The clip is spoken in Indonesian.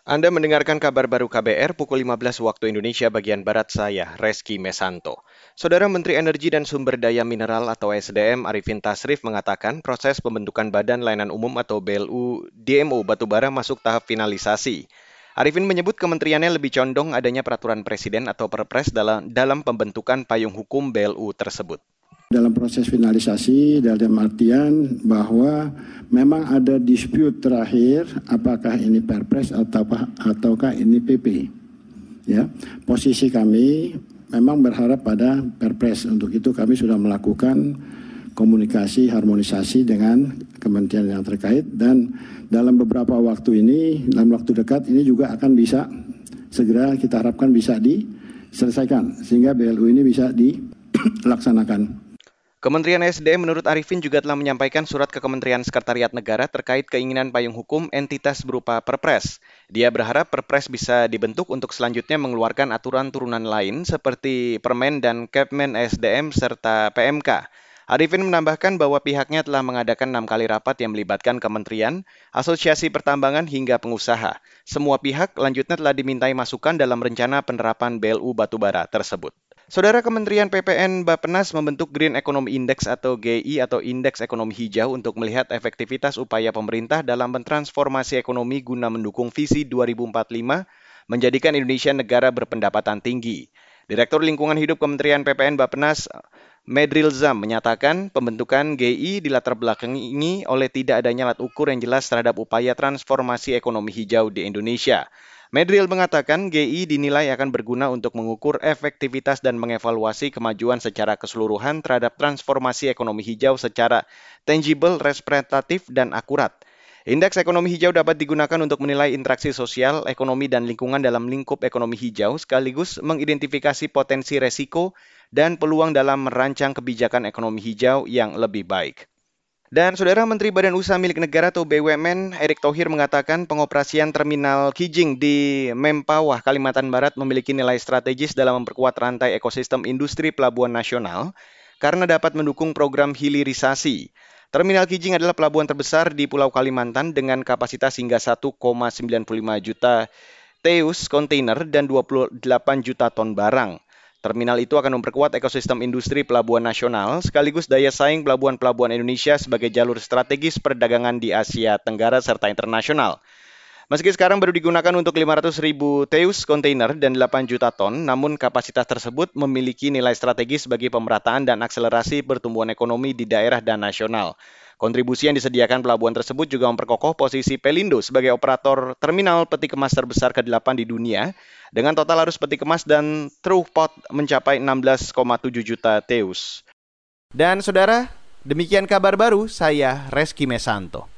Anda mendengarkan kabar baru KBR pukul 15 waktu Indonesia bagian Barat, saya, Reski Mesanto. Saudara Menteri Energi dan Sumber Daya Mineral atau SDM Arifin Tasrif mengatakan proses pembentukan Badan Layanan Umum atau BLU DMO Batubara masuk tahap finalisasi. Arifin menyebut kementeriannya lebih condong adanya peraturan presiden atau perpres dalam pembentukan payung hukum BLU tersebut. Dalam proses finalisasi dalam artian bahwa memang ada dispute terakhir apakah ini perpres ataukah ini PP. Ya, posisi kami memang berharap pada perpres. Untuk itu kami sudah melakukan komunikasi harmonisasi dengan kementerian yang terkait dan dalam beberapa waktu ini, dalam waktu dekat ini juga akan bisa segera kita harapkan bisa diselesaikan sehingga BLU ini bisa dilaksanakan. Kementerian SDM menurut Arifin juga telah menyampaikan surat ke Kementerian Sekretariat Negara terkait keinginan payung hukum entitas berupa Perpres. Dia berharap Perpres bisa dibentuk untuk selanjutnya mengeluarkan aturan turunan lain seperti Permen dan Kepmen SDM serta PMK. Arifin menambahkan bahwa pihaknya telah mengadakan 6 kali rapat yang melibatkan kementerian, asosiasi pertambangan hingga pengusaha. Semua pihak lanjutnya telah dimintai masukan dalam rencana penerapan BLU batubara tersebut. Saudara Kementerian PPN Bappenas membentuk Green Economy Index atau GI atau Indeks Ekonomi Hijau untuk melihat efektivitas upaya pemerintah dalam mentransformasi ekonomi guna mendukung visi 2045 menjadikan Indonesia negara berpendapatan tinggi. Direktur Lingkungan Hidup Kementerian PPN Bappenas Medril Zam menyatakan pembentukan GI dilatar belakangi oleh tidak adanya alat ukur yang jelas terhadap upaya transformasi ekonomi hijau di Indonesia. Medril mengatakan GI dinilai akan berguna untuk mengukur efektivitas dan mengevaluasi kemajuan secara keseluruhan terhadap transformasi ekonomi hijau secara tangible, representatif, dan akurat. Indeks ekonomi hijau dapat digunakan untuk menilai interaksi sosial, ekonomi, dan lingkungan dalam lingkup ekonomi hijau sekaligus mengidentifikasi potensi resiko dan peluang dalam merancang kebijakan ekonomi hijau yang lebih baik. Dan Saudara Menteri Badan Usaha Milik Negara atau BUMN, Erick Thohir mengatakan pengoperasian terminal Kijing di Mempawah, Kalimantan Barat memiliki nilai strategis dalam memperkuat rantai ekosistem industri pelabuhan nasional karena dapat mendukung program hilirisasi. Terminal Kijing adalah pelabuhan terbesar di Pulau Kalimantan dengan kapasitas hingga 1,95 juta TEUs kontainer dan 28 juta ton barang. Terminal itu akan memperkuat ekosistem industri pelabuhan nasional sekaligus daya saing pelabuhan-pelabuhan Indonesia sebagai jalur strategis perdagangan di Asia Tenggara serta internasional. Meski sekarang baru digunakan untuk 500.000 TEUs kontainer dan 8 juta ton, namun kapasitas tersebut memiliki nilai strategis bagi pemerataan dan akselerasi pertumbuhan ekonomi di daerah dan nasional. Kontribusi yang disediakan pelabuhan tersebut juga memperkokoh posisi Pelindo sebagai operator terminal peti kemas terbesar ke-8 di dunia, dengan total arus peti kemas dan throughput mencapai 16,7 juta TEUs. Dan saudara, demikian kabar baru, saya Reski Mesanto.